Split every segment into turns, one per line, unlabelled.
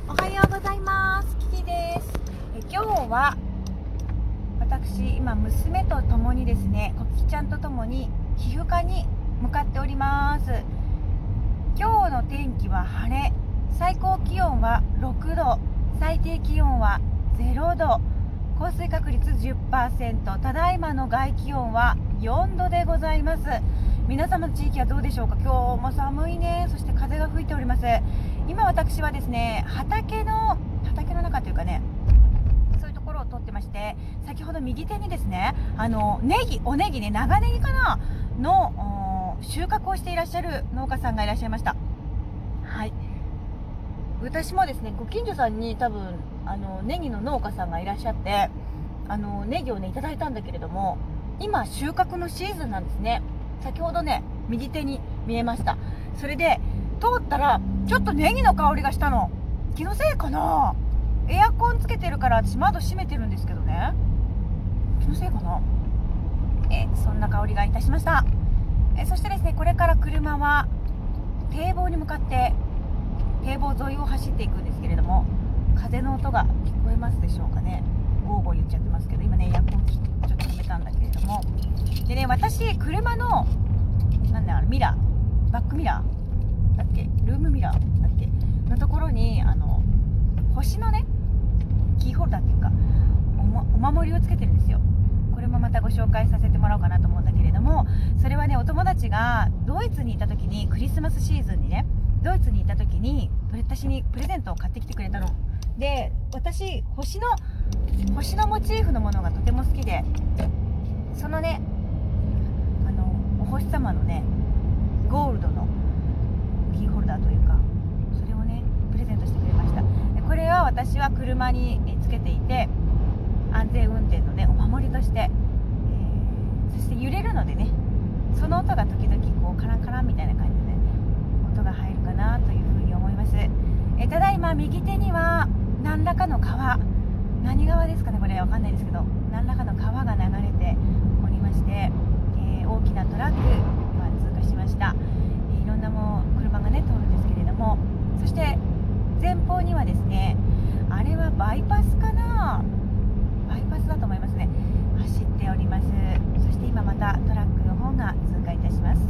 おはようございます。キキです。今日は私今娘と共にですね、コキちゃんと共に皮膚科に向かっております。今日の天気は晴れ、最高気温は6度、最低気温は0度、降水確率 10%、ただいまの外気温は4度でございます。皆様の地域はどうでしょうか。今日も寒いね。そして風が吹いております。今私はですね、畑の中というかね、そういうところを通ってまして、先ほど右手にですね、おネギね、長ネギかなの収穫をしていらっしゃる農家さんがいらっしゃいました。はい。私もですね、ご近所さんに多分ネギの農家さんがいらっしゃって、ネギをねいただいたんだけれども、今収穫のシーズンなんですね。先ほどね、右手に見えました。それで通ったらちょっとネギの香りがしたの。気のせいかな。エアコンつけてるから私窓閉めてるんですけどね、気のせいかな。そんな香りがいたしました。そしてですね、これから車は堤防に向かって堤防沿いを走っていくんですけれども、風の音が聞こえますでしょうかね。ゴーゴー言っちゃってますけど、今ねエアコンちょっと止めたんだけれども、でね、私車のミラー、バックミラーだっけ、ルームミラーだっけのところに星のねキーホルダーっていうかお守りをつけてるんですよ。これもまたご紹介させてもらおうかなと思うんだけれども、それはね、お友達がドイツにいた時に、クリスマスシーズンにねドイツに行った時に私にプレゼントを買ってきてくれたので、私星のモチーフのものがとても好きで、そのねお星様のねゴールドのキーホルダーというか、それをねプレゼントしてくれました。でこれは私は車につけていて、安全運転のねお守りとして、そして揺れるのでね、その音が時々こうカランカランみたいな感じで、ね、音が入るかなというふうに思います。ただいま右手には何らかの川、何川ですかね、これわかんないですけど、何らかの川が流れておりまして、大きなトラックが通過しました。いろんな車がね通るんですけれども、そして前方にはですね、あれはバイパスかな、バイパスだと思いますね、走っております。そして今またトラックの方が通過いたします。す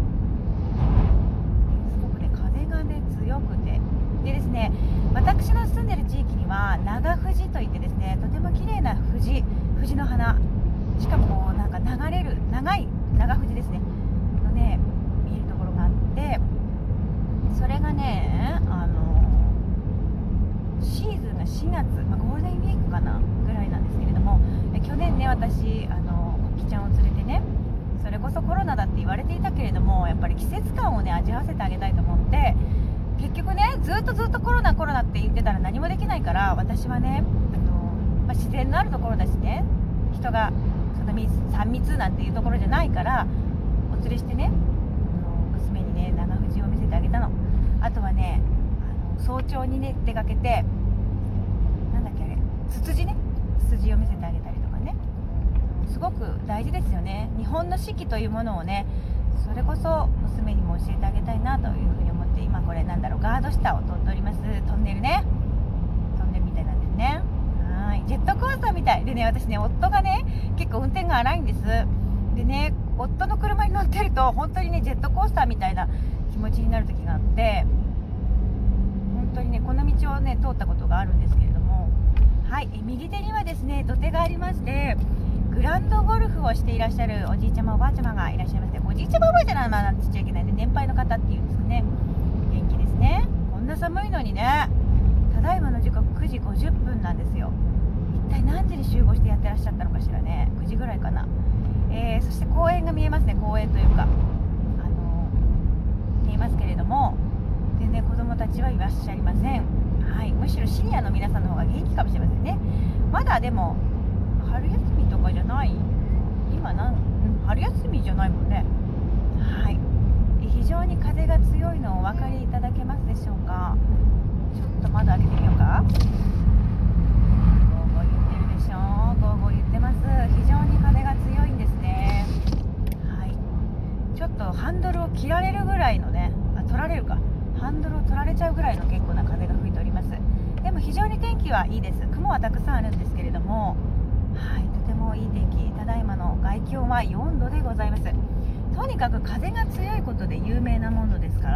ごくね風がね強くて、でですね、私の住んでる地域には長藤といってですね、とても綺麗な藤の花、しかもなんか流れる長い長藤ですねのね見えるところがあって、それがねシーズンが4月、ゴールデンウィークかなぐらいなんですけれども、去年ね私コキちゃんを連れてね、それこそコロナだって言われていたけれども、やっぱり季節感をね味わわせてあげたいと思って、結局ねずっとコロナって言ってたら何もできないから、私はね自然のあるところだしね、人がその3密なんていうところじゃないからお連れしてね、娘にね長藤を見せてあげたの。あとはね早朝にね出かけて、なんだっけあれ、ツツジを見せてあげたりとかね、すごく大事ですよね。日本の四季というものをね、それこそ娘にも教えてあげたいなというふうに思って、今これガード下を通っております。トンネルみたいなんですね。はい、ジェットコースターみたいでね、私ね夫がね結構運転が荒いんです。でね、夫の車に乗ってると本当にねジェットコースターみたいな気持ちになる時があって、本当にねこの道をね通ったことがあるんですけれども、はい、右手にはですね土手がありまして、グランドゴルフをしていらっしゃるおじいちゃまおばあちゃまがいらっしゃいまして、おじいちゃまおばあちゃまなんて言っちゃいけないね、年配の方っていうんですかね。元気ですね。こんな寒いのにね、ただいまの時刻9時50分なんですよ。一体何時に集合してやってらっしゃったのかしらね。9時ぐらいかな。そして公園が見えますね。公園というか見えますけれども、全然子供たちはいらっしゃいません。はい、むしろシニアの皆さんの方が元気かもしれませんね。まだでも春休みとかじゃない、今春休みじゃないもんね。はい、非常に風が強いのをお分かりいただけますでしょうか。ちょっと窓開けてみようか。ゴーゴー言ってるでしょ。ゴーゴー言ってます。非常に風が強いんですね。はい、ちょっとハンドルを切られるぐらいのね、取られるか、ハンドルを取られちゃうぐらいの結構な風が吹いております。 常に天気はいいです。雲はたくさんあるんですけれども、はい、とてもいい天気。ただいまの外気温は4度でございます。とにかく風が強いことで有名なものですから、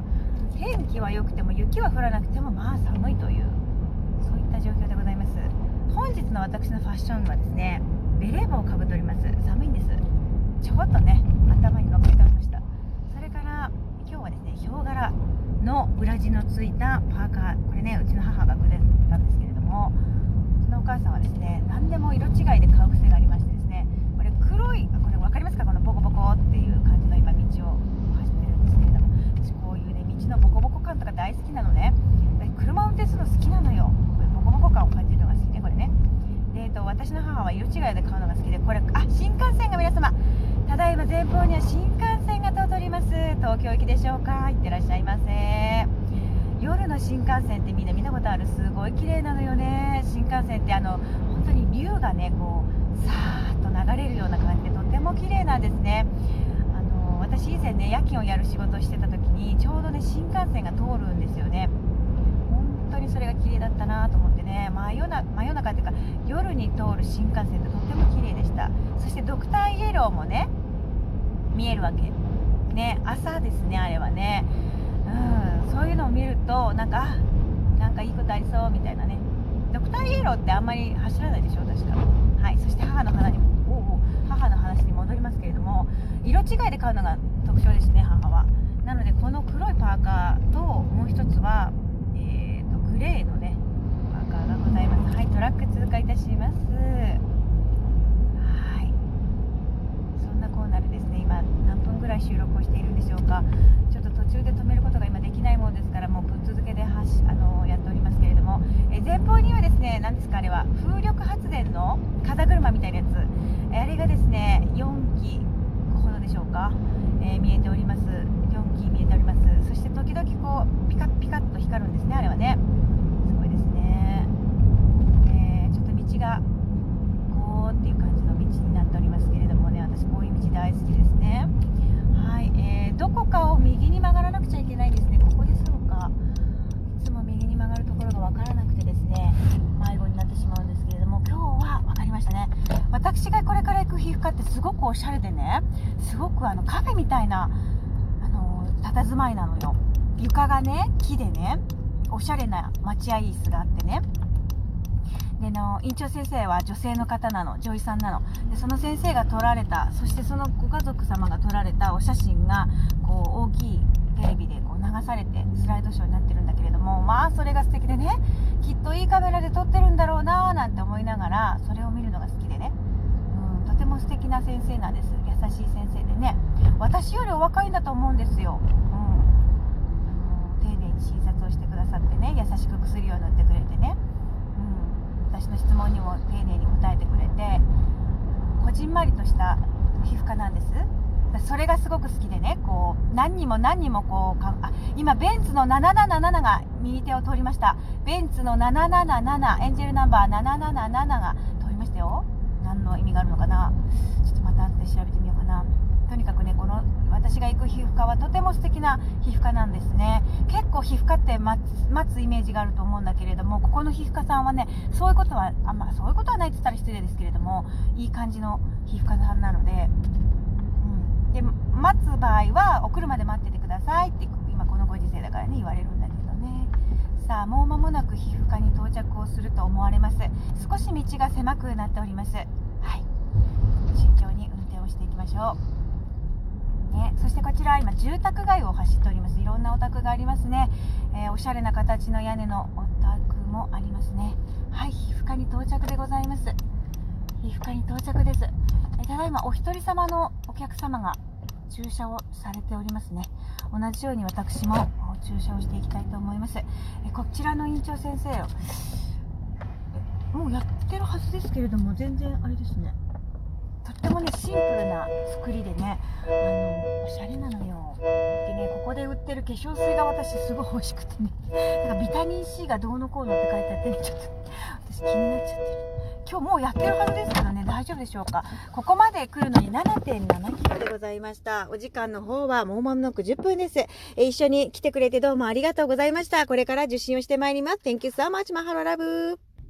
天気は良くても雪は降らなくてもまあ寒いという、そういった状況でございます。本日の私のファッションはですね、ベレー帽をかぶっております。寒いんです。ちょこっとね、頭に乗っけておりました。それから今日はですね、ヒョウ柄の裏地のついたパーカー、これね、うちの母がくれたんですけれども、うちのお母さんはですね、何でも色違いで買う癖がありましてですね、これ黒い、これ分かりますか、このボコボコっていう感じの今道を走ってるんですけれども、私こういうね、道のボコボコ感とか大好きなのね。車運転するの好きなのよ。これボコボコ感を感じるのが好きね、これね。私の母は色違いで買うのが好きで、これ新幹線が皆様、ただいま前方には新幹線が通っております。東京行きでしょうか。行ってらっしゃいませ。夜の新幹線ってみんな見たことある？すごい綺麗なのよね。新幹線って本当に竜がね、こうさーっと流れるような感じでとても綺麗なんですね。私以前ね、夜勤をやる仕事をしてた時にちょうどね、新幹線が通るんですよね。本当にそれが綺麗だったなと思ってね、真夜中っていうか夜に通る新幹線ってとっても綺麗でした。そしてドクターイエローもね見えるわけね、朝ですね、あれはね、そういうのを見るとなんかいいことありそうみたいなね。ドクターイエローってあんまり走らないでしょ、確か。はい。そして母の話に戻りますけれども、色違いで買うのが特徴ですね、母は。なのでこの黒いパーカーともう一つはグレーのねパーカーがございます。はい、トラック通過いたします。はい、そんなコーナーでですね、今何分ぐらい収録をしているんでしょうか。ちょっと途中で止めることが今できないものですから、もうぶっ続けでやっておりますけれども、前方にはですね、何ですか、あれは風力発電の風車みたいなやつ、あれがですね4基ほどでしょうか、見えております。4基見えております。そして時々こうピカッピカッと光るんですね、あれはね。すごいですね。ちょっと道がこうっていう感じの道になっておりますけれどもね、私こういう道大好きですね。はい、どこかを右に曲がらなくちゃいけないんですね。ここでしょうか。いつも右に曲がるところが分からなくてですね、迷子になってしまうんですけれども、今日は分かりましたね。私がこれから行く皮膚科ってすごくおしゃれでね、すごくカフェみたいな佇まいなのよ。床がね木でね、おしゃれな待合椅子があってね、で院長先生は女性の方なの、女医さんなので、その先生が撮られた、そしてそのご家族様が撮られたお写真がこう大きいテレビでこう流されてスライドショーになってるんだけれども、まあそれが素敵でね、きっといいカメラで撮ってるんだろうななんて思いながらそれを見るのが好きでね、とても素敵な先生なんです。優しい先生でね、私よりお若いんだと思うんですよ。丁寧に診察をしてくださってね、優しく薬を塗ってくれてね、私の質問にも丁寧に答えてくれて、こじんまりとした皮膚科なんです。それがすごく好きでね、こう何人もこう今ベンツの777が右手を通りました。ベンツの777、エンジェルナンバー777が通りましたよ。何の意味があるのかな、ちょっとまた後で調べてみようかな。とにかくね、この私が行く皮膚科はとても素敵な皮膚科なんですね。結構皮膚科って待つイメージがあると思うんだけれども、ここの皮膚科さんはね、そういうことはないって言ったら失礼ですけれども、いい感じの皮膚科さんなので、で待つ場合はお車で待っててくださいって今このご時世だからね言われるんだけどね。さあ、もう間もなく皮膚科に到着をすると思われます。少し道が狭くなっております。はい、慎重に運転をしていきましょうね。そしてこちら今住宅街を走っております。いろんなお宅がありますね。おしゃれな形の屋根のお宅もありますね。はい、皮膚科に到着でございます。皮膚科に到着です。ただいまお一人様のお客様が駐車をされておりますね。同じように私も駐車をしていきたいと思います。こちらの院長先生もうやってるはずですけれども、全然あれですね、とってもねシンプルな作りでね、 おしゃれなのよ。でね、ここで売ってる化粧水が私すごい欲しくてね、なんかビタミン C がどうのこうのって書いてあってね、ちょっと私気になっちゃってる。今日もうやってるはずですけどね、大丈夫でしょうか。ここまで来るのに 7.7 キロでございました。お時間の方はもう間もなく10分です。一緒に来てくれてどうもありがとうございました。これから受診をしてまいります。Thank you so much, マハロラブ。